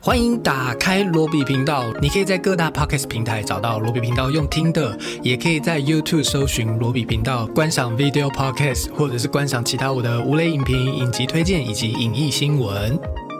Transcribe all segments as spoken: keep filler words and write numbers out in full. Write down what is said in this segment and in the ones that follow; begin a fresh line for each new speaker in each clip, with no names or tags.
欢迎打开罗比频道，你可以在各大 Podcast 平台找到罗比频道用听的，也可以在 YouTube 搜寻罗比频道观赏 Video Podcast， 或者是观赏其他我的无雷影评、影集推荐以及影艺新闻。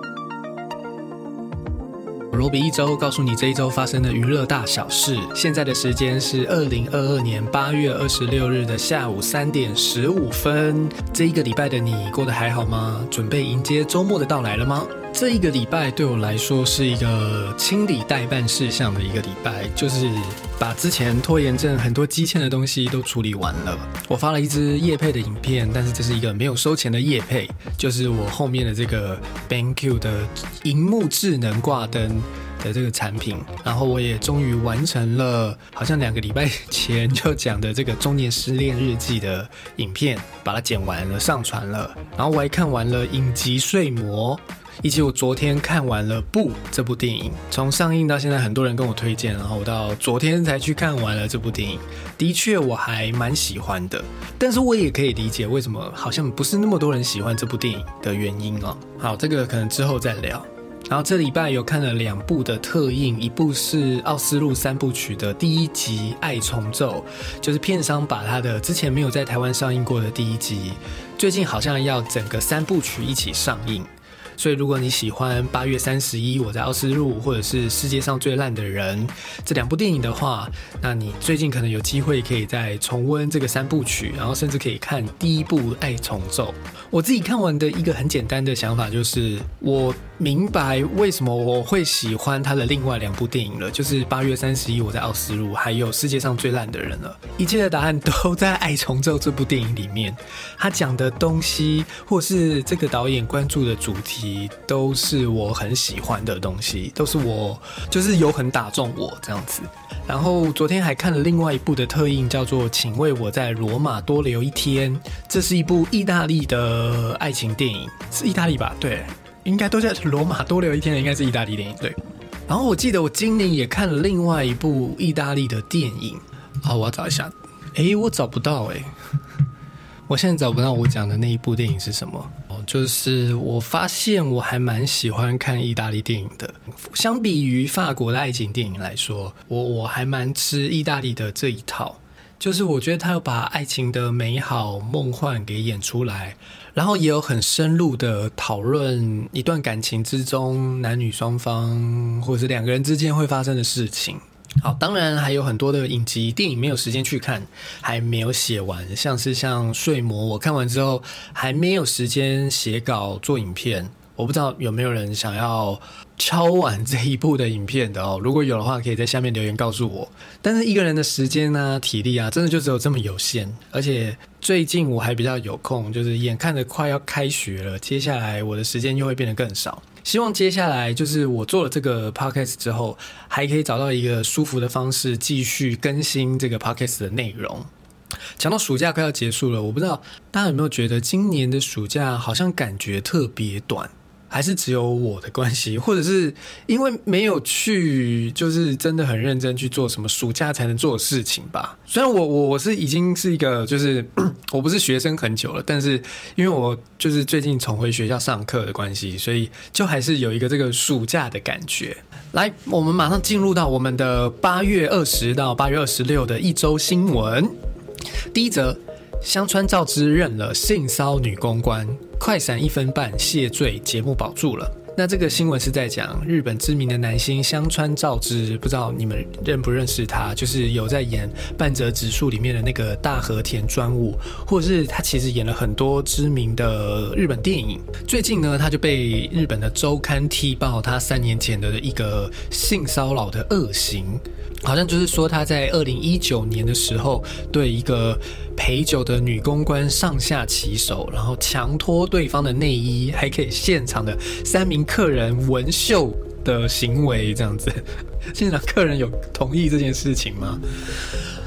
罗比一周告诉你这一周发生的娱乐大小事。现在的时间是二零二二年八月二十六日的下午三点十五分。这一个礼拜的你过得还好吗？准备迎接周末的到来了吗？这一个礼拜对我来说是一个清理待办事项的一个礼拜，就是把之前拖延症很多积欠的东西都处理完了。我发了一支业配的影片，但是这是一个没有收钱的业配，就是我后面的这个 BenQ 的萤幕智能挂灯的这个产品，然后我也终于完成了好像两个礼拜前就讲的这个中年失恋日记的影片，把它剪完了上传了，然后我还看完了影集睡魔，以及我昨天看完了《不》这部电影，从上映到现在很多人跟我推荐，然后我到昨天才去看完了这部电影，的确我还蛮喜欢的，但是我也可以理解为什么好像不是那么多人喜欢这部电影的原因哦。好，这个可能之后再聊。然后这礼拜有看了两部的特映，一部是奥斯陆三部曲的第一集《爱重奏》，就是片商把他的之前没有在台湾上映过的第一集，最近好像要整个三部曲一起上映。所以如果你喜欢八月三十一我在奥斯陆或者是世界上最烂的人这两部电影的话，那你最近可能有机会可以再重温这个三部曲，然后甚至可以看第一部《爱重奏》。我自己看完的一个很简单的想法就是，我明白为什么我会喜欢他的另外两部电影了，就是八月三十一我在奥斯陆还有世界上最烂的人了。一切的答案都在《爱重奏》这部电影里面，他讲的东西或是这个导演关注的主题都是我很喜欢的东西，都是我就是有很打中我这样子。然后昨天还看了另外一部的特映，叫做《请为我在罗马多留一天》，这是一部意大利的爱情电影，是意大利吧？对，应该都在罗马多留一天的，应该是意大利电影。对。然后我记得我今年也看了另外一部意大利的电影，好，我要找一下。诶，我找不到诶。我现在找不到我讲的那一部电影是什么，就是我发现我还蛮喜欢看意大利电影的，相比于法国的爱情电影来说，我我还蛮吃意大利的这一套，就是我觉得他有把爱情的美好梦幻给演出来，然后也有很深入的讨论一段感情之中男女双方或者是两个人之间会发生的事情。好，当然还有很多的影集电影没有时间去看，还没有写完，像是像睡魔，我看完之后还没有时间写稿做影片，我不知道有没有人想要敲完这一部的影片的哦，如果有的话可以在下面留言告诉我。但是一个人的时间啊体力啊真的就只有这么有限，而且最近我还比较有空，就是眼看着快要开学了，接下来我的时间又会变得更少，希望接下来就是我做了这个 podcast 之后还可以找到一个舒服的方式继续更新这个 podcast 的内容。讲到暑假快要结束了，我不知道大家有没有觉得今年的暑假好像感觉特别短，还是只有我的关系，或者是因为没有去就是真的很认真去做什么暑假才能做的事情吧。虽然我我我是已经是一个就是我不是学生很久了，但是因为我就是最近重回学校上课的关系，所以就还是有一个这个暑假的感觉。来，我们马上进入到我们的八月二十到八月二十六的一周新闻。第一则，香川照之认了性骚女公关，快闪一分半谢罪，节目保住了。那这个新闻是在讲日本知名的男星香川照之，不知道你们认不认识他，就是有在演半泽直树里面的那个大和田专务，或者是他其实演了很多知名的日本电影。最近呢，他就被日本的周刊踢爆他三年前的一个性骚扰的恶行，好像就是说他在二零一九年的时候对一个陪酒的女公关上下其手，然后强脱对方的内衣，还可以现场的三名客人闻嗅的行为这样子。现场客人有同意这件事情吗？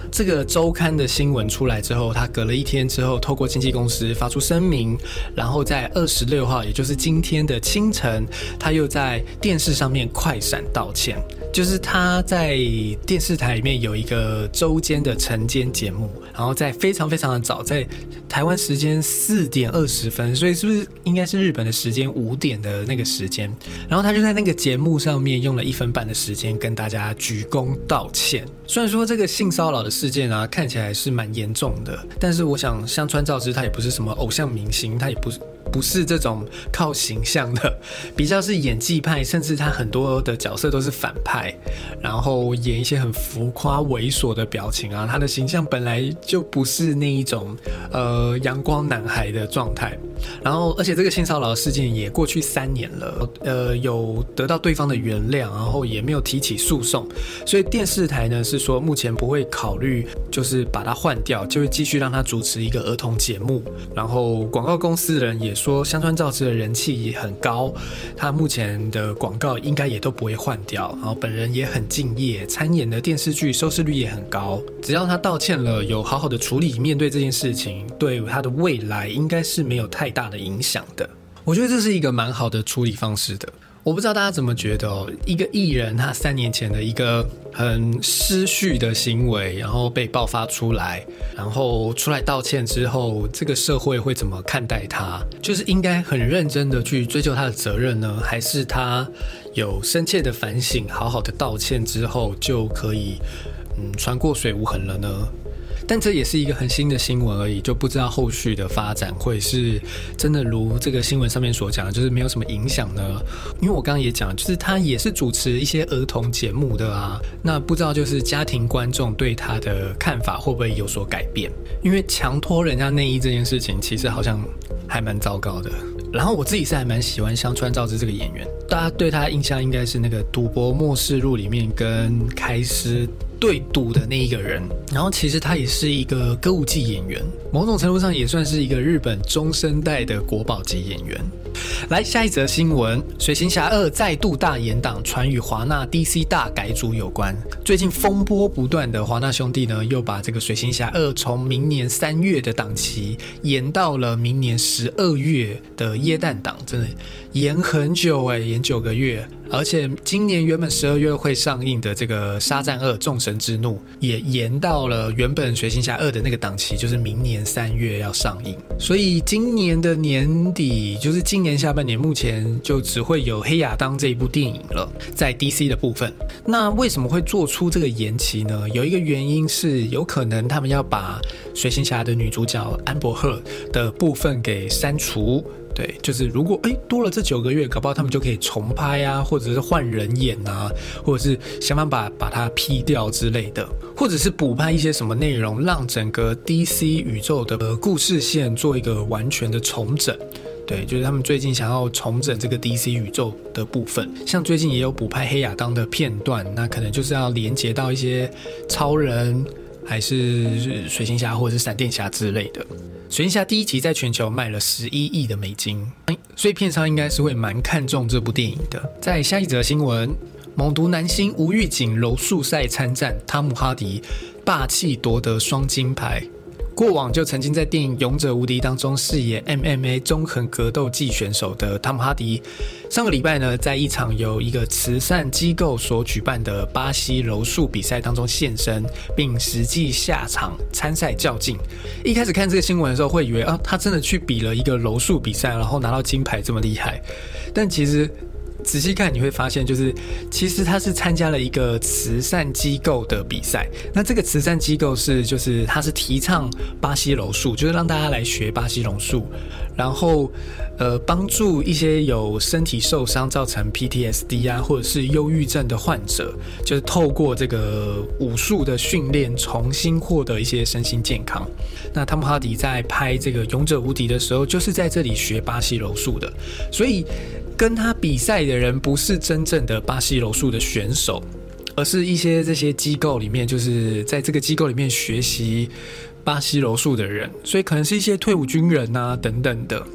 这个周刊的新闻出来之后，他隔了一天之后，透过经纪公司发出声明，然后在二十六号，也就是今天的清晨，他又在电视上面快闪道歉。就是他在电视台里面有一个周间的晨间节目，然后在非常非常的早，在台湾时间四点二十分，所以是不是应该是日本的时间五点的那个时间？然后他就在那个节目上面用了一分半的时间跟大家鞠躬道歉。虽然说这个性骚扰的事件啊看起来是蛮严重的，但是我想香川照之他也不是什么偶像明星，他也不是不是这种靠形象的，比较是演技派，甚至他很多的角色都是反派，然后演一些很浮夸猥琐的表情啊，他的形象本来就不是那一种呃阳光男孩的状态。然后而且这个性骚扰事件也过去三年了，呃有得到对方的原谅，然后也没有提起诉讼，所以电视台呢是说目前不会考虑就是把他换掉，就会继续让他主持一个儿童节目。然后广告公司的人也说香川照之的人气也很高，他目前的广告应该也都不会换掉，然后本人也很敬业，参演的电视剧收视率也很高，只要他道歉了，有好好的处理面对这件事情，对他的未来应该是没有太大的影响的。我觉得这是一个蛮好的处理方式的。我不知道大家怎么觉得哦，一个艺人他三年前的一个很失序的行为，然后被爆发出来，然后出来道歉之后，这个社会会怎么看待他？就是应该很认真的去追究他的责任呢，还是他有深切的反省，好好的道歉之后就可以嗯船过水无痕了呢？但这也是一个很新的新闻而已，就不知道后续的发展会是真的如这个新闻上面所讲的，就是没有什么影响呢？因为我刚刚也讲，就是他也是主持一些儿童节目的啊，那不知道就是家庭观众对他的看法会不会有所改变？因为强脱人家内衣这件事情，其实好像还蛮糟糕的。然后我自己是还蛮喜欢香川照之这个演员，大家对他的印象应该是那个《赌博默示录》里面跟开司对赌的那一个人，然后其实他也是一个歌舞伎演员，某种程度上也算是一个日本中生代的国宝级演员。来，下一则新闻，水行侠二再度大延档，传与华纳 D C 大改组有关。最近风波不断的华纳兄弟呢，又把这个水行侠二从明年三月的档期延到了明年十二月的耶诞档，真的延很久哎、欸，延九个月。而且今年原本十二月会上映的这个沙赞二众神之怒也延到了原本水行侠二的那个档期，就是明年三月要上映。所以今年的年底，就是今年下半年，目前就只会有黑亚当这一部电影了，在 D C 的部分。那为什么会做出这个延期呢？有一个原因是有可能他们要把水行侠的女主角安伯赫的部分给删除。对，就是如果哎多了这九个月，搞不好他们就可以重拍啊，或者是换人演啊，或者是想办法把它劈掉之类的，或者是补拍一些什么内容，让整个 D C 宇宙的故事线做一个完全的重整。对，就是他们最近想要重整这个 D C 宇宙的部分，像最近也有补拍黑亚当的片段，那可能就是要连接到一些超人，还是水行侠或者是闪电侠之类的。水行侠第一集在全球卖了十一亿的美金，所以片商应该是会蛮看重这部电影的。在下一则新闻，猛毒男星吴玉景柔术赛参战，汤姆哈迪霸气夺得双金牌。过往就曾经在电影《勇者无敌》当中饰演 M M A 中横格斗技选手的汤姆哈迪，上个礼拜呢，在一场由一个慈善机构所举办的巴西柔术比赛当中现身，并实际下场参赛较劲。一开始看这个新闻的时候，会以为啊，他真的去比了一个柔术比赛，然后拿到金牌这么厉害，但其实仔细看你会发现，就是其实他是参加了一个慈善机构的比赛。那这个慈善机构是就是他是提倡巴西柔术，就是让大家来学巴西柔术，然后呃帮助一些有身体受伤造成 P T S D 啊或者是忧郁症的患者，就是透过这个武术的训练重新获得一些身心健康。那汤姆哈迪在拍这个勇者无敌的时候，就是在这里学巴西柔术的，所以跟他比赛的人不是真正的巴西柔术的选手，而是一些这些机构里面，就是在这个机构里面学习巴西柔术的人，所以可能是一些退伍军人啊等等的。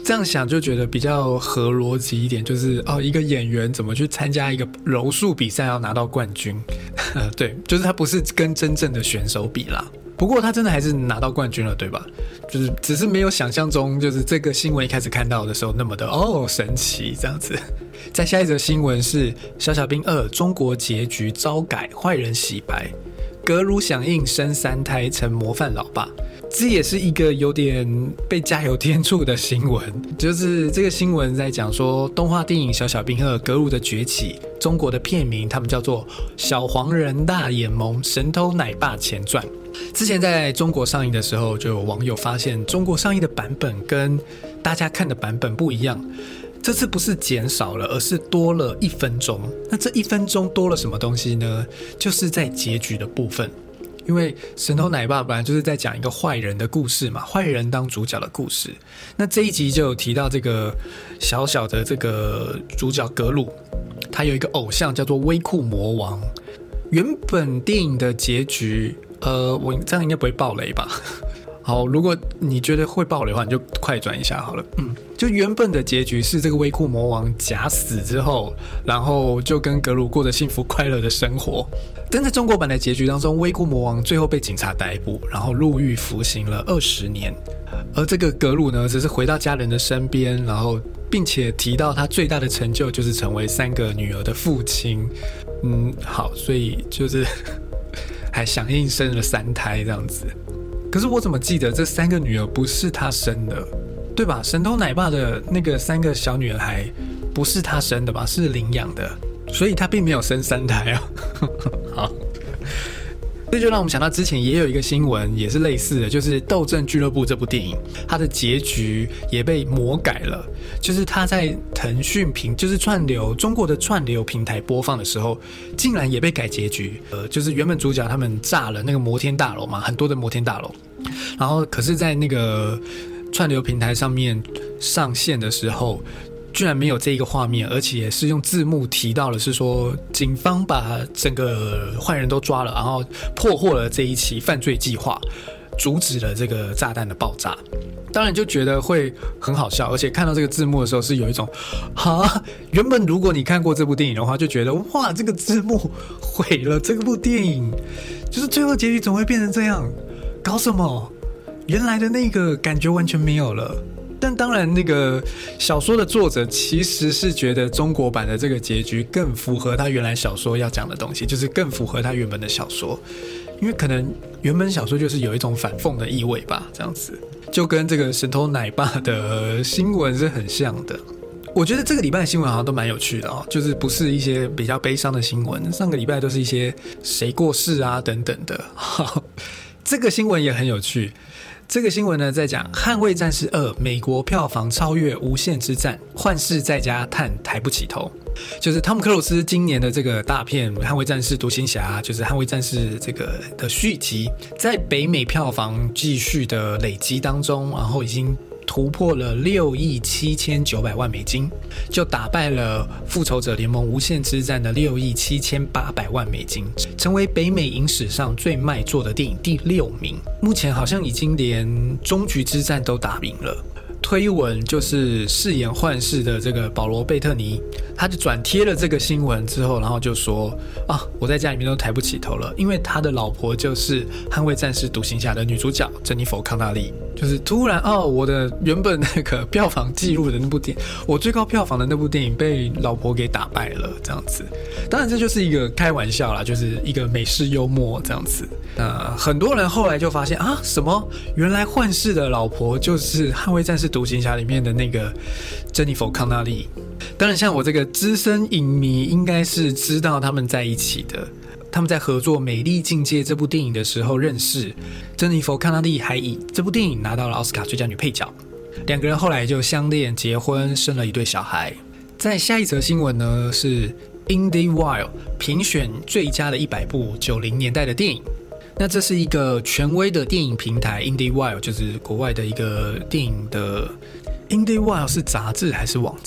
这样想就觉得比较合逻辑一点，就是哦，一个演员怎么去参加一个柔术比赛要拿到冠军？对，就是他不是跟真正的选手比啦。不过他真的还是拿到冠军了，对吧？就是只是没有想象中，就是这个新闻一开始看到的时候那么的哦神奇这样子。再下一则新闻是《小小兵二》中国结局招改，坏人洗白，格鲁响应生三胎成模范老爸。这也是一个有点被加油添醋的新闻，就是这个新闻在讲说动画电影《小小兵二：格鲁的崛起》，中国的片名他们叫做《小黄人大眼萌神偷奶爸前传》。之前在中国上映的时候，就有网友发现中国上映的版本跟大家看的版本不一样，这次不是减少了，而是多了一分钟。那这一分钟多了什么东西呢？就是在结局的部分。因为神偷奶爸本来就是在讲一个坏人的故事嘛，坏人当主角的故事。那这一集就有提到这个小小的这个主角格鲁，他有一个偶像叫做威库魔王。原本电影的结局，呃，我这样应该不会爆雷吧？好，如果你觉得会爆雷的话，你就快转一下好了。嗯，就原本的结局是这个威库魔王假死之后，然后就跟格鲁过着幸福快乐的生活。但在中国版的结局当中，威库魔王最后被警察逮捕，然后入狱服刑了二十年。而这个格鲁呢，只是回到家人的身边，然后并且提到他最大的成就就是成为三个女儿的父亲。嗯，好，所以就是还响应生了三胎这样子。可是我怎么记得这三个女儿不是他生的，对吧？神偷奶爸的那个三个小女孩不是他生的吧？是领养的，所以他并没有生三胎啊。好，这就让我们想到之前也有一个新闻也是类似的，就是《斗阵俱乐部》这部电影，它的结局也被魔改了，就是它在腾讯平，就是串流中国的串流平台播放的时候，竟然也被改结局。呃，就是原本主角他们炸了那个摩天大楼嘛，很多的摩天大楼，然后可是在那个串流平台上面上线的时候，居然没有这一个画面，而且也是用字幕提到了，是说警方把整个坏人都抓了，然后破获了这一起犯罪计划，阻止了这个炸弹的爆炸。当然就觉得会很好笑，而且看到这个字幕的时候是有一种哈，原本如果你看过这部电影的话，就觉得哇，这个字幕毁了这部电影，就是最后结局怎么会变成这样？搞什么？原来的那个感觉完全没有了。但当然那个小说的作者其实是觉得中国版的这个结局更符合他原来小说要讲的东西，就是更符合他原本的小说，因为可能原本小说就是有一种反讽的意味吧，这样子就跟这个神偷奶爸的新闻是很像的。我觉得这个礼拜的新闻好像都蛮有趣的哦，就是不是一些比较悲伤的新闻，上个礼拜都是一些谁过世啊等等的。这个新闻也很有趣，这个新闻呢在讲《捍卫战士二》美国票房超越《无限之战》，幻视在家叹抬不起头。就是汤姆克鲁斯今年的这个大片《捍卫战士独行侠》，就是《捍卫战士》这个的续集，在北美票房继续的累积当中，然后已经突破了六亿七千九百万美金，就打败了《复仇者联盟：无限之战》的六亿七千八百万美金，成为北美影史上最卖座的电影第六名。目前好像已经连终局之战都打赢了。推文就是饰演幻视的这个保罗贝特尼，他就转贴了这个新闻之后，然后就说啊，我在家里面都抬不起头了，因为他的老婆就是捍卫战士独行侠的女主角珍妮佛康纳利。就是突然哦，我的原本那个票房记录的那部电影，我最高票房的那部电影被老婆给打败了，这样子。当然这就是一个开玩笑啦，就是一个美式幽默这样子。那很多人后来就发现啊，什么原来幻视的老婆就是捍卫战士独行侠里面的那个珍妮佛康纳利。当然像我这个资深影迷应该是知道他们在一起的，他们在合作《美丽境界》这部电影的时候认识，珍妮佛康纳利还以这部电影拿到了奥斯卡最佳女配角，两个人后来就相恋结婚，生了一对小孩。在下一则新闻呢是 IndieWire 评选最佳的一百部九零年代的电影。那这是一个权威的电影平台 IndieWire， 就是国外的一个电影的 IndieWire 是杂志还是网站啊？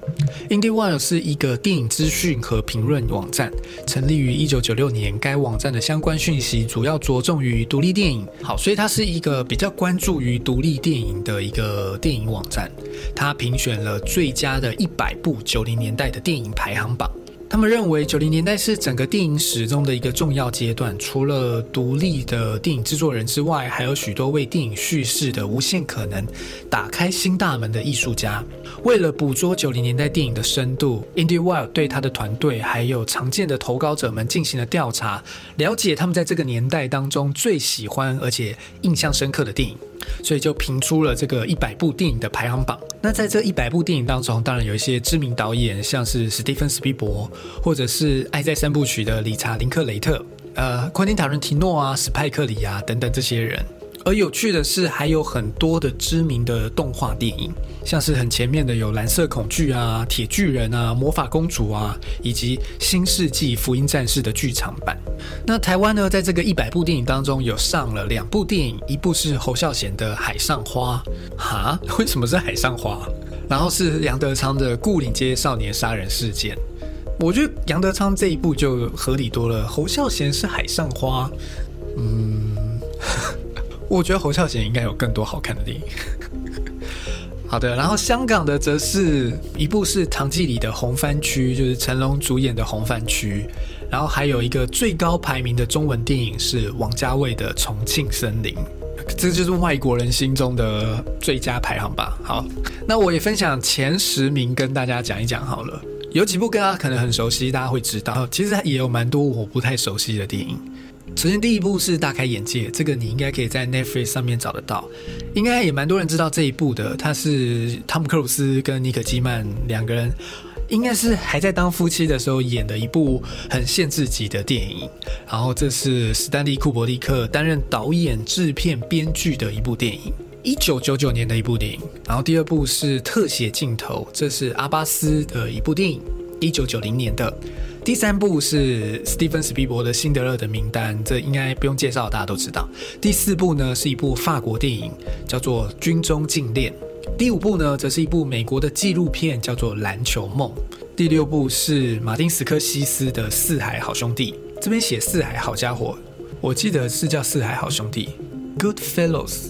IndieWire 是一个电影资讯和评论网站，成立于一九九六年。该网站的相关讯息主要着重于独立电影，好，所以它是一个比较关注于独立电影的一个电影网站。它评选了最佳的一百部九零年代的电影排行榜。他们认为九零年代是整个电影史中的一个重要阶段，除了独立的电影制作人之外，还有许多为电影叙事的无限可能打开新大门的艺术家。为了捕捉九零年代电影的深度， IndieWire 对他的团队还有常见的投稿者们进行了调查，了解他们在这个年代当中最喜欢而且印象深刻的电影，所以就评出了这个一百部电影的排行榜。那在这一百部电影当中，当然有一些知名导演，像是史蒂芬·史匹柏，或者是《爱在三部曲》的理查·林克雷特，呃，昆汀·塔伦提诺啊、史派克里啊等等这些人。而有趣的是，还有很多的知名的动画电影，像是很前面的有《蓝色恐惧》啊、《铁巨人》啊、《魔法公主》啊，以及《新世纪福音战士》的剧场版。那台湾呢，在这个一百部电影当中，有上了两部电影，一部是侯孝贤的《海上花》，哈，为什么是海上花？然后是杨德昌的《牯岭街少年杀人事件》。我觉得杨德昌这一部就合理多了，侯孝贤是海上花，嗯。我觉得侯孝贤应该有更多好看的电影。好的，然后香港的则是一部是唐季礼的《红番区》，就是成龙主演的《红番区》，然后还有一个最高排名的中文电影是王家卫的《重庆森林》，这就是外国人心中的最佳排行吧。好，那我也分享前十名跟大家讲一讲好了。有几部跟大家可能很熟悉，大家会知道，其实也有蛮多我不太熟悉的电影。首先第一部是大开眼界，这个你应该可以在 Netflix 上面找得到，应该也蛮多人知道这一部的。它是汤姆克鲁斯跟妮可基曼两个人应该是还在当夫妻的时候演的一部很限制级的电影，然后这是史丹利库伯利克担任导演、制片、编剧的一部电影，一九九九年的一部电影。然后第二部是特写镜头，这是阿巴斯的一部电影，一九九零年的。第三部是史蒂芬·史匹柏的《辛德勒的名单》，这应该不用介绍，大家都知道。第四部呢是一部法国电影，叫做《军中禁恋》。第五部呢则是一部美国的纪录片，叫做《篮球梦》。第六部是马丁·斯科西斯的《四海好兄弟》，这边写四海好家伙，我记得是叫四海好兄弟 Goodfellows，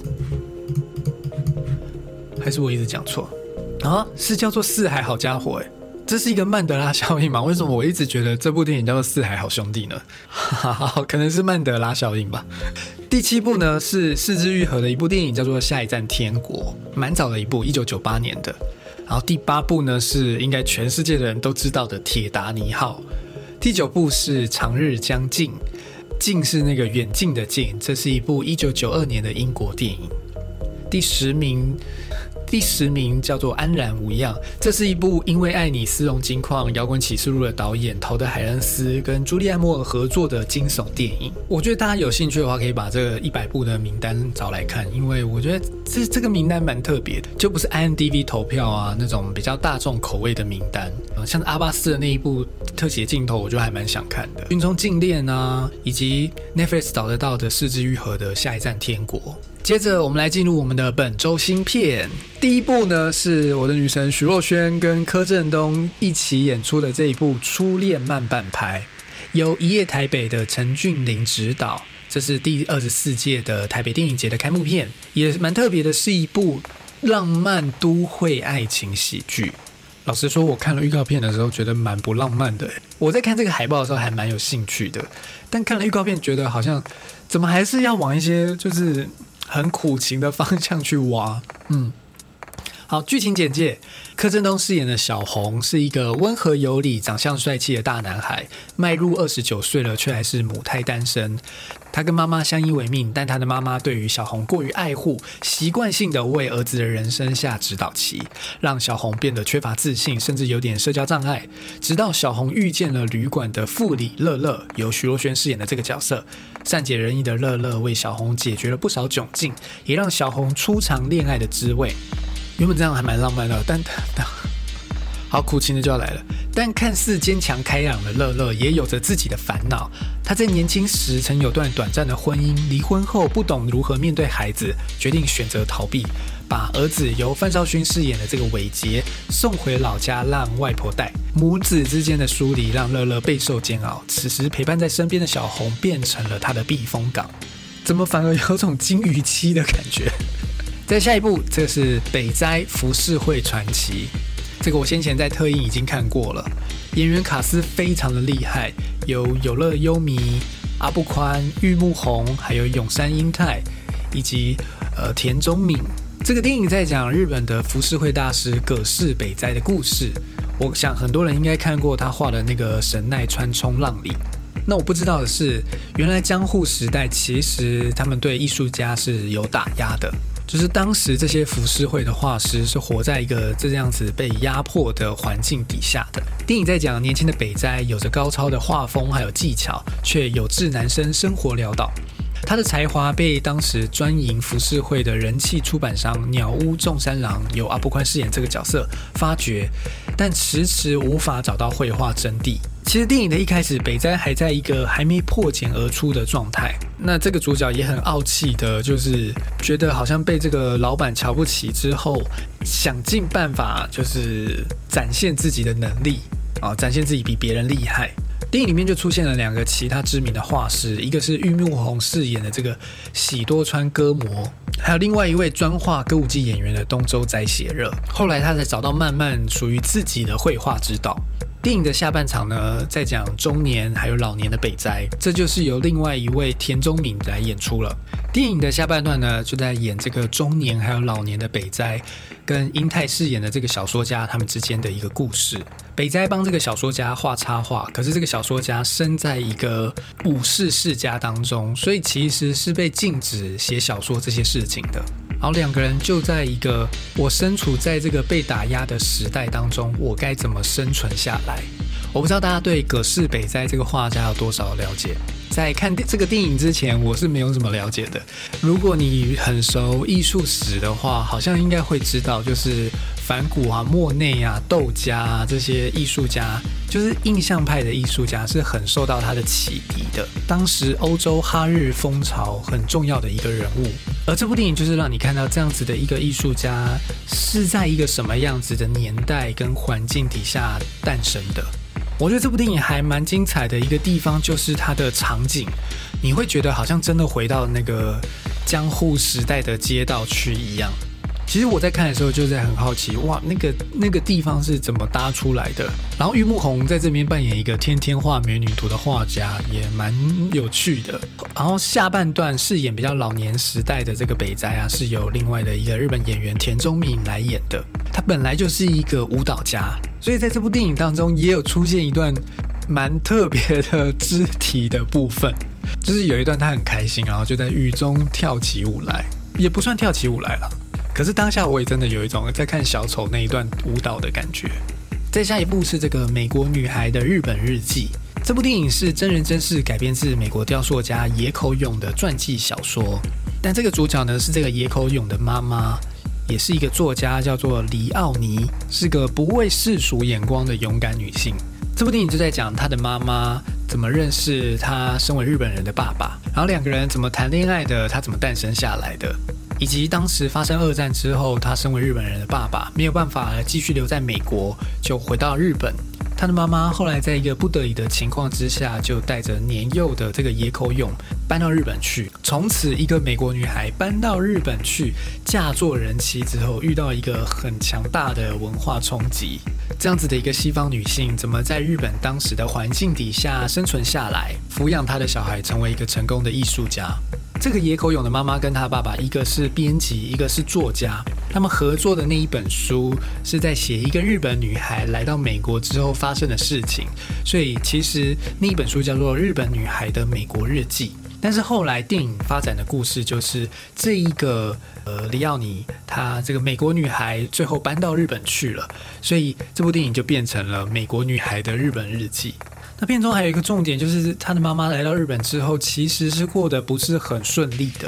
还是我一直讲错啊？是叫做四海好家伙耶。这是一个曼德拉效应吗？为什么我一直觉得这部电影叫做《四海好兄弟》呢？可能是曼德拉效应吧。第七部呢是是枝裕和的一部电影，叫做《下一站天国》，蛮早的一部，一九九八年的。然后第八部呢是应该全世界的人都知道的《铁达尼号》。第九部是《长日将近》，近是那个远近的近，这是一部一九九二年的英国电影。第十名。第十名叫做《安然无恙》，这是一部因为爱你丝绒金矿摇滚启示录的导演陶德海恩斯跟朱莉安摩尔合作的惊悚电影。我觉得大家有兴趣的话，可以把这个一百部的名单找来看，因为我觉得这这个名单蛮特别的，就不是 I M D B 投票啊那种比较大众口味的名单。像是阿巴斯的那一部特写镜头，我就还蛮想看的。《军中禁恋》啊，以及 Netflix 找得到的是枝裕和的《下一站天国》。接着我们来进入我们的本周新片。第一部呢是我的女神徐若瑄跟柯震东一起演出的这一部《初恋慢半拍》，由一夜台北的陈俊霖执导，这是第二十四届的台北电影节的开幕片，也蛮特别的，是一部浪漫都会爱情喜剧。老实说，我看了预告片的时候觉得蛮不浪漫的。我在看这个海报的时候还蛮有兴趣的，但看了预告片觉得好像怎么还是要往一些就是很苦情的方向去挖。嗯，好，剧情简介：柯震东饰演的小红是一个温和有礼、长相帅气的大男孩，迈入二十九岁了，却还是母胎单身。他跟妈妈相依为命，但他的妈妈对于小红过于爱护，习惯性的为儿子的人生下指导棋，让小红变得缺乏自信，甚至有点社交障碍。直到小红遇见了旅馆的副理乐乐，由徐若瑄饰演的这个角色，善解人意的乐乐为小红解决了不少窘境，也让小红初尝恋爱的滋味。原本这样还蛮浪漫的，但但好，苦情的就要来了。但看似坚强开朗的乐乐，也有着自己的烦恼。他在年轻时曾有段短暂的婚姻，离婚后不懂如何面对孩子，决定选择逃避，把儿子由范少勋饰演的这个伟杰送回老家让外婆带。母子之间的疏离让乐乐备受煎熬。此时陪伴在身边的小红变成了他的避风港。怎么反而有种金鱼期的感觉？在下一部，这是北斋浮世绘传奇。这个我先前在特映已经看过了，演员卡司非常的厉害，有有乐优弥、阿部宽、玉木宏，还有永山英太，以及呃田中敏。这个电影在讲日本的浮世绘大师葛饰北斋的故事。我想很多人应该看过他画的那个神奈川冲浪里。那我不知道的是，原来江户时代其实他们对艺术家是有打压的。就是当时这些浮世绘的画师是活在一个这样子被压迫的环境底下的。电影在讲年轻的北斋有着高超的画风还有技巧，却有志难伸，生活潦倒。他的才华被当时专营浮世绘的人气出版商鸟屋仲三郎由阿部宽饰演这个角色发掘，但迟迟无法找到绘画真谛。其实电影的一开始，北斋还在一个还没破茧而出的状态。那这个主角也很傲气的，就是觉得好像被这个老板瞧不起之后，想尽办法就是展现自己的能力啊，展现自己比别人厉害。电影里面就出现了两个其他知名的画师，一个是玉木宏饰演的这个喜多川歌模，还有另外一位专画歌舞伎演员的东周斋邪热。后来他才找到慢慢属于自己的绘画之道。电影的下半场呢，在讲中年还有老年的北斋，这就是由另外一位田中敏来演出了。电影的下半段呢，就在演这个中年还有老年的北斋跟英泰饰演的这个小说家他们之间的一个故事。北斋帮这个小说家画插画，可是这个小说家身在一个武士世家当中，所以其实是被禁止写小说这些事情的。然后两个人就在一个我身处在这个被打压的时代当中，我该怎么生存下来？我不知道大家对葛饰北斋这个画家有多少了解。在看这个电影之前，我是没有什么了解的。如果你很熟艺术史的话，好像应该会知道，就是梵谷啊、莫内啊、窦加啊这些艺术家，就是印象派的艺术家，是很受到他的启迪的。当时欧洲哈日风潮很重要的一个人物。而这部电影就是让你看到这样子的一个艺术家是在一个什么样子的年代跟环境底下诞生的。我觉得这部电影还蛮精彩的一个地方就是它的场景，你会觉得好像真的回到那个江户时代的街道区一样。其实我在看的时候就在很好奇，哇，那个那个地方是怎么搭出来的？然后玉木宏在这边扮演一个天天画美女图的画家，也蛮有趣的。然后下半段饰演比较老年时代的这个北斋啊，是由另外的一个日本演员田中敏来演的。他本来就是一个舞蹈家，所以在这部电影当中也有出现一段蛮特别的肢体的部分，就是有一段他很开心，然后就在雨中跳起舞来，也不算跳起舞来了。可是当下我也真的有一种在看小丑那一段舞蹈的感觉。再下一部是这个美国女孩的日本日记，这部电影是真人真事改编自美国雕塑家野口勇的传记小说，但这个主角呢是这个野口勇的妈妈，也是一个作家，叫做黎奥尼，是个不畏世俗眼光的勇敢女性。这部电影就在讲她的妈妈怎么认识她身为日本人的爸爸，然后两个人怎么谈恋爱的，她怎么诞生下来的，以及当时发生二战之后，他身为日本人的爸爸没有办法继续留在美国，就回到日本。他的妈妈后来在一个不得已的情况之下，就带着年幼的这个野口勇搬到日本去。从此，一个美国女孩搬到日本去，嫁作人妻之后，遇到一个很强大的文化冲击。这样子的一个西方女性，怎么在日本当时的环境底下生存下来，抚养她的小孩，成为一个成功的艺术家？这个野口勇的妈妈跟他爸爸，一个是编辑，一个是作家。他们合作的那一本书是在写一个日本女孩来到美国之后发生的事情，所以其实那一本书叫做《日本女孩的美国日记》。但是后来电影发展的故事就是这一个呃黎奥尼，她这个美国女孩最后搬到日本去了，所以这部电影就变成了《美国女孩的日本日记》。那片中还有一个重点，就是他的妈妈来到日本之后，其实是过得不是很顺利的。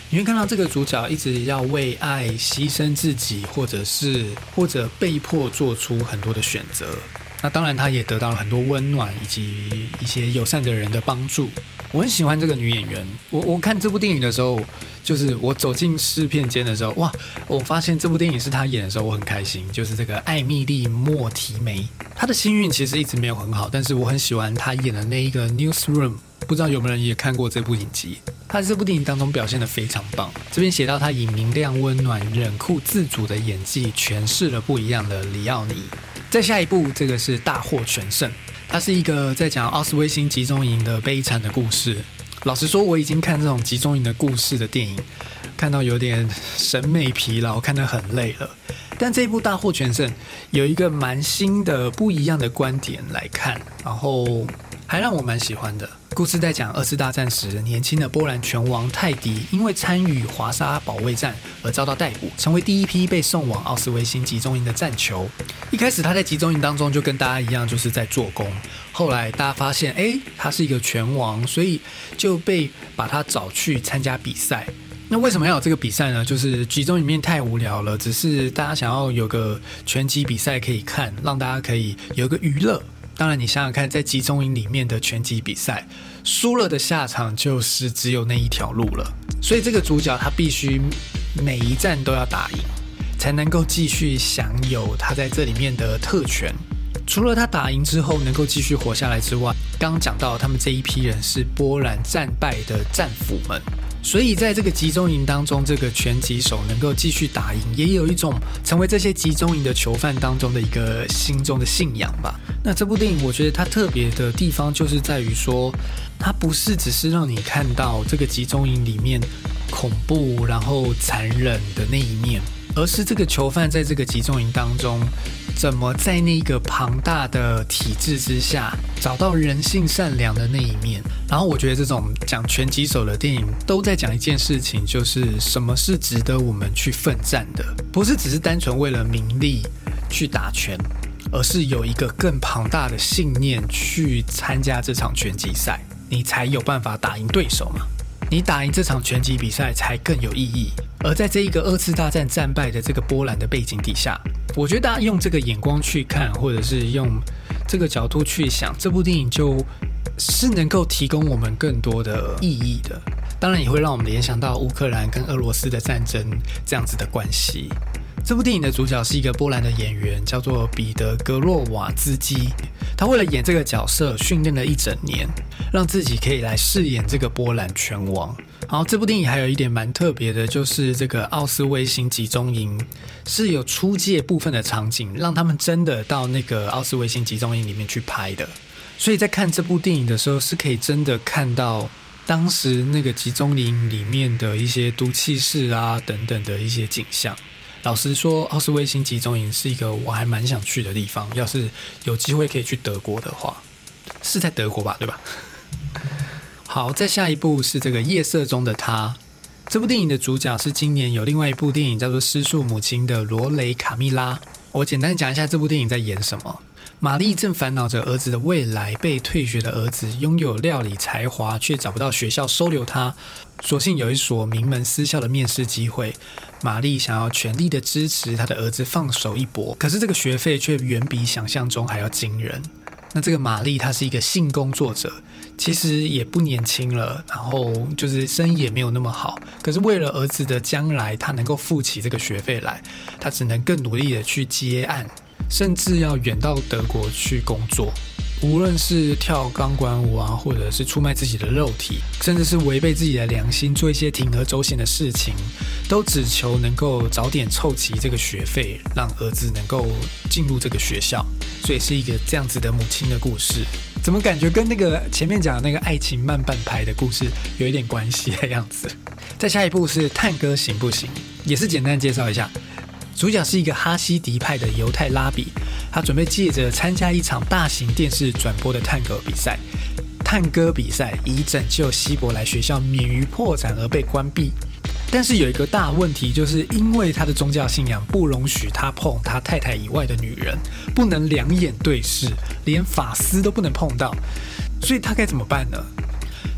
你会看到这个主角一直要为爱牺牲自己，或者是或者被迫做出很多的选择。那当然他也得到了很多温暖以及一些友善的人的帮助。我很喜欢这个女演员，我我看这部电影的时候，就是我走进试片间的时候，哇，我发现这部电影是她演的时候，我很开心。就是这个艾蜜莉·莫提梅，她的星运其实一直没有很好，但是我很喜欢她演的那一个 Newsroom。不知道有没有人也看过这部影集？她在这部电影当中表现得非常棒。这边写到她以明亮、温暖、冷酷自主的演技诠释了不一样的里奥尼。再下一部，这个是大获全胜。它是一个在讲奥斯威辛集中营的悲惨的故事。老实说，我已经看这种集中营的故事的电影，看到有点审美疲劳，看得很累了。但这一部大获全胜有一个蛮新的、不一样的观点来看，然后还让我蛮喜欢的。故事在讲二次大战时，年轻的波兰拳王泰迪因为参与华沙保卫战而遭到逮捕，成为第一批被送往奥斯威辛集中营的战囚。一开始他在集中营当中就跟大家一样，就是在做工。后来大家发现，哎，他是一个拳王，所以就被把他找去参加比赛。那为什么要有这个比赛呢？就是集中营里面太无聊了，只是大家想要有个拳击比赛可以看，让大家可以有个娱乐。当然你想想看，在集中营里面的拳击比赛，输了的下场就是只有那一条路了。所以这个主角他必须每一战都要打赢，才能够继续享有他在这里面的特权。除了他打赢之后能够继续活下来之外，刚刚讲到他们这一批人是波兰战败的战俘们，所以在这个集中营当中，这个拳击手能够继续打赢，也有一种成为这些集中营的囚犯当中的一个心中的信仰吧。那这部电影我觉得它特别的地方就是在于说，它不是只是让你看到这个集中营里面恐怖然后残忍的那一面，而是这个囚犯在这个集中营当中怎么在那个庞大的体制之下找到人性善良的那一面。然后我觉得这种讲拳击手的电影都在讲一件事情，就是什么是值得我们去奋战的，不是只是单纯为了名利去打拳，而是有一个更庞大的信念去参加这场拳击赛，你才有办法打赢对手嘛。你打赢这场拳击比赛才更有意义。而在这一个二次大战战败的这个波兰的背景底下，我觉得大家用这个眼光去看，或者是用这个角度去想，这部电影就是能够提供我们更多的意义的。当然也会让我们联想到乌克兰跟俄罗斯的战争这样子的关系。这部电影的主角是一个波兰的演员，叫做彼得·格洛瓦兹基。他为了演这个角色训练了一整年，让自己可以来饰演这个波兰拳王。然后这部电影还有一点蛮特别的，就是这个奥斯威辛集中营是有出借部分的场景，让他们真的到那个奥斯威辛集中营里面去拍的。所以在看这部电影的时候，是可以真的看到当时那个集中营里面的一些毒气室啊等等的一些景象。老实说，奥斯威辛集中营是一个我还蛮想去的地方，要是有机会可以去德国的话，是在德国吧，对吧？好，再下一部是这个夜色中的他。这部电影的主角是今年有另外一部电影叫做《失速母亲》的罗雷卡蜜拉。我简单讲一下这部电影在演什么。玛丽正烦恼着儿子的未来，被退学的儿子拥有料理才华，却找不到学校收留他。所幸有一所名门私校的面试机会，玛丽想要全力的支持她的儿子放手一搏，可是这个学费却远比想象中还要惊人。那这个玛丽她是一个性工作者，其实也不年轻了，然后就是生意也没有那么好，可是为了儿子的将来，她能够付起这个学费来，她只能更努力的去接案，甚至要远到德国去工作。无论是跳钢管舞啊，或者是出卖自己的肉体，甚至是违背自己的良心，做一些铤而走险的事情，都只求能够早点凑齐这个学费，让儿子能够进入这个学校。所以是一个这样子的母亲的故事。怎么感觉跟那个前面讲的那个爱情慢半拍的故事有一点关系的样子？再下一部是探戈行不行，也是简单介绍一下。主角是一个哈希迪派的犹太拉比，他准备借着参加一场大型电视转播的探戈比赛，探戈比赛以拯救希伯来学校免于破产而被关闭。但是有一个大问题，就是因为他的宗教信仰不容许他碰他太太以外的女人，不能两眼对视，连发丝都不能碰到，所以他该怎么办呢？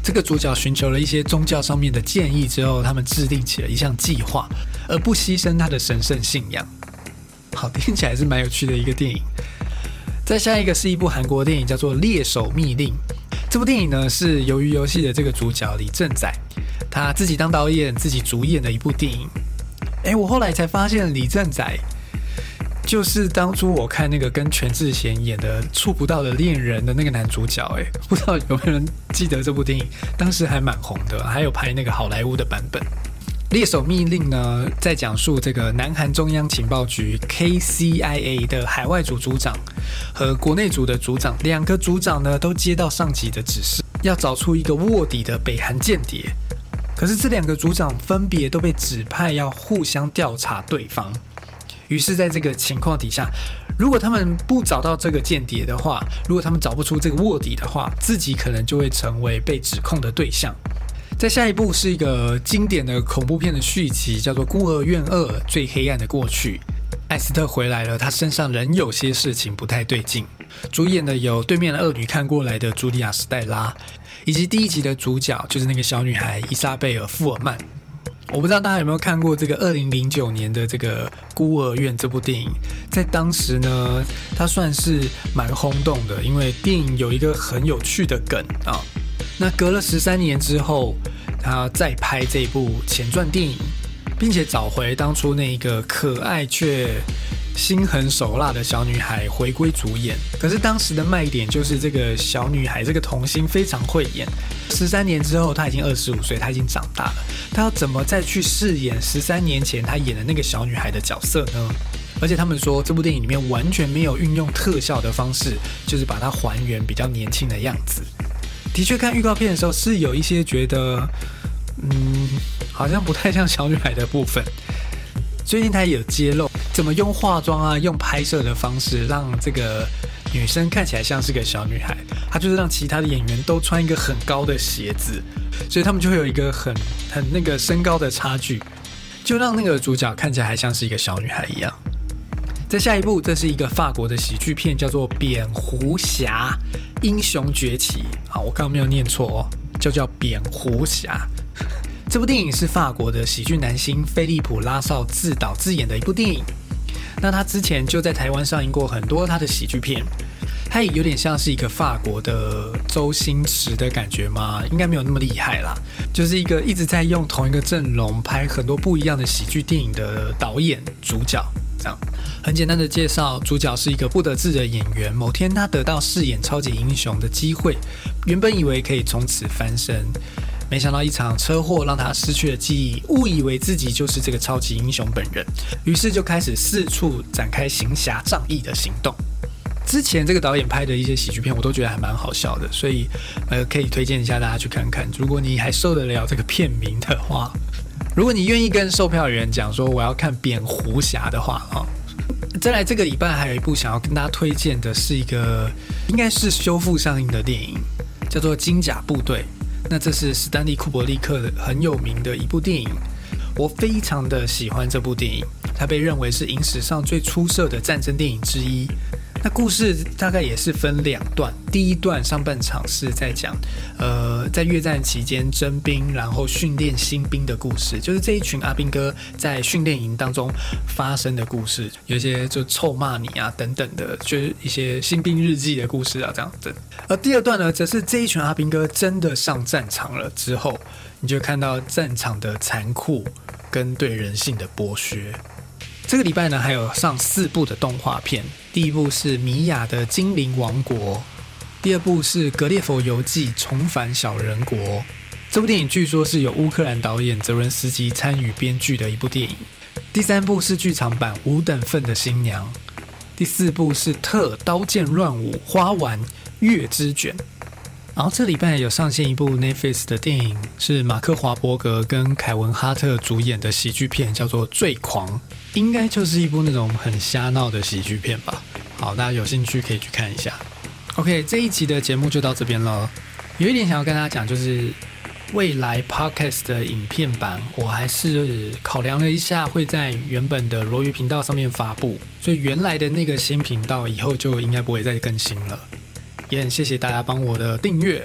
这个主角寻求了一些宗教上面的建议之后，他们制定起了一项计划，而不牺牲他的神圣信仰。好，听起来是蛮有趣的一个电影。再下一个是一部韩国电影，叫做《猎手密令》。这部电影呢是鱿鱼游戏的这个主角李正宰，他自己当导演、自己主演的一部电影。哎，我后来才发现李正宰就是当初我看那个跟全智贤演的《触不到的恋人》的那个男主角。哎，不知道有没有人记得这部电影？当时还蛮红的，还有拍那个好莱坞的版本。猎手密令呢，在讲述这个南韩中央情报局 K C I A 的海外组组长和国内组的组长，两个组长呢都接到上级的指示，要找出一个卧底的北韩间谍。可是这两个组长分别都被指派要互相调查对方。于是在这个情况底下，如果他们不找到这个间谍的话，如果他们找不出这个卧底的话，自己可能就会成为被指控的对象。在下一部是一个经典的恐怖片的续集，叫做《孤儿院二：最黑暗的过去》。艾斯特回来了，他身上仍有些事情不太对劲。主演的有《对面的恶女》看过来的茱莉亚·史黛拉，以及第一集的主角就是那个小女孩伊莎贝尔·富尔曼。我不知道大家有没有看过这个二零零九年的这个《孤儿院》这部电影，在当时呢，它算是蛮轰动的，因为电影有一个很有趣的梗啊。那隔了十三年之后，他再拍这部前传电影，并且找回当初那一个可爱却心狠手辣的小女孩回归主演。可是当时的卖点就是这个小女孩这个童星非常会演。十三年之后，她已经二十五岁，她已经长大了，她要怎么再去饰演十三年前她演的那个小女孩的角色呢？而且他们说这部电影里面完全没有运用特效的方式，就是把它还原比较年轻的样子。的确看预告片的时候是有一些觉得嗯，好像不太像小女孩的部分。最近他也有揭露怎么用化妆啊，用拍摄的方式让这个女生看起来像是个小女孩。他就是让其他的演员都穿一个很高的鞋子，所以他们就会有一个很很那个身高的差距，就让那个主角看起来还像是一个小女孩一样。在下一部，这是一个法国的喜剧片，叫做《蝙蝠侠：英雄崛起》。好，我刚刚没有念错哦，就叫蝙蝠侠。这部电影是法国的喜剧男星菲利普·拉绍自导自演的一部电影。那他之前就在台湾上映过很多他的喜剧片，他也有点像是一个法国的周星驰的感觉吗？应该没有那么厉害啦，就是一个一直在用同一个阵容拍很多不一样的喜剧电影的导演主角。这样很简单的介绍，主角是一个不得志的演员，某天他得到饰演超级英雄的机会，原本以为可以从此翻身，没想到一场车祸让他失去了记忆，误以为自己就是这个超级英雄本人，于是就开始四处展开行侠仗义的行动。之前这个导演拍的一些喜剧片我都觉得还蛮好笑的，所以呃可以推荐一下大家去看看，如果你还受得了这个片名的话。如果你愿意跟售票员讲说我要看蝙蝠侠的话、哦、再来这个礼拜还有一部想要跟大家推荐的是一个应该是修复上映的电影，叫做《金甲部队》。那这是史丹利·库伯利克的很有名的一部电影，我非常的喜欢这部电影，它被认为是影史上最出色的战争电影之一。那故事大概也是分两段，第一段上半场是在讲呃，在越战期间征兵然后训练新兵的故事，就是这一群阿兵哥在训练营当中发生的故事，有一些就臭骂你啊等等的，就是一些新兵日记的故事啊这样子。而第二段呢，则是这一群阿兵哥真的上战场了之后，你就看到战场的残酷跟对人性的剥削。这个礼拜呢，还有上四部的动画片，第一部是米娅的精灵王国，第二部是格列佛游记重返小人国。这部电影据说是由乌克兰导演泽伦斯基参与编剧的一部电影。第三部是剧场版五等份的新娘，第四部是特刀剑乱舞花丸月之卷。然后这礼拜有上线一部 Netflix 的电影，是马克华伯格跟凯文哈特主演的喜剧片，叫做《最狂》，应该就是一部那种很瞎闹的喜剧片吧。好，大家有兴趣可以去看一下。OK， 这一集的节目就到这边了。有一点想要跟大家讲，就是未来 Podcast 的影片版，我还是考量了一下，会在原本的罗鱼频道上面发布，所以原来的那个新频道以后就应该不会再更新了。也很谢谢大家帮我的订阅，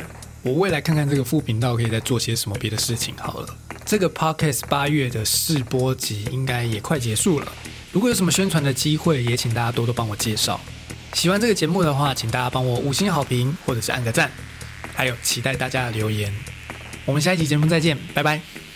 我未来看看这个副频道可以再做些什么别的事情好了。这个 podcast 八月的试播集应该也快结束了，如果有什么宣传的机会，也请大家多多帮我介绍。喜欢这个节目的话，请大家帮我五星好评或者是按个赞，还有期待大家的留言。我们下一期节目再见，拜拜。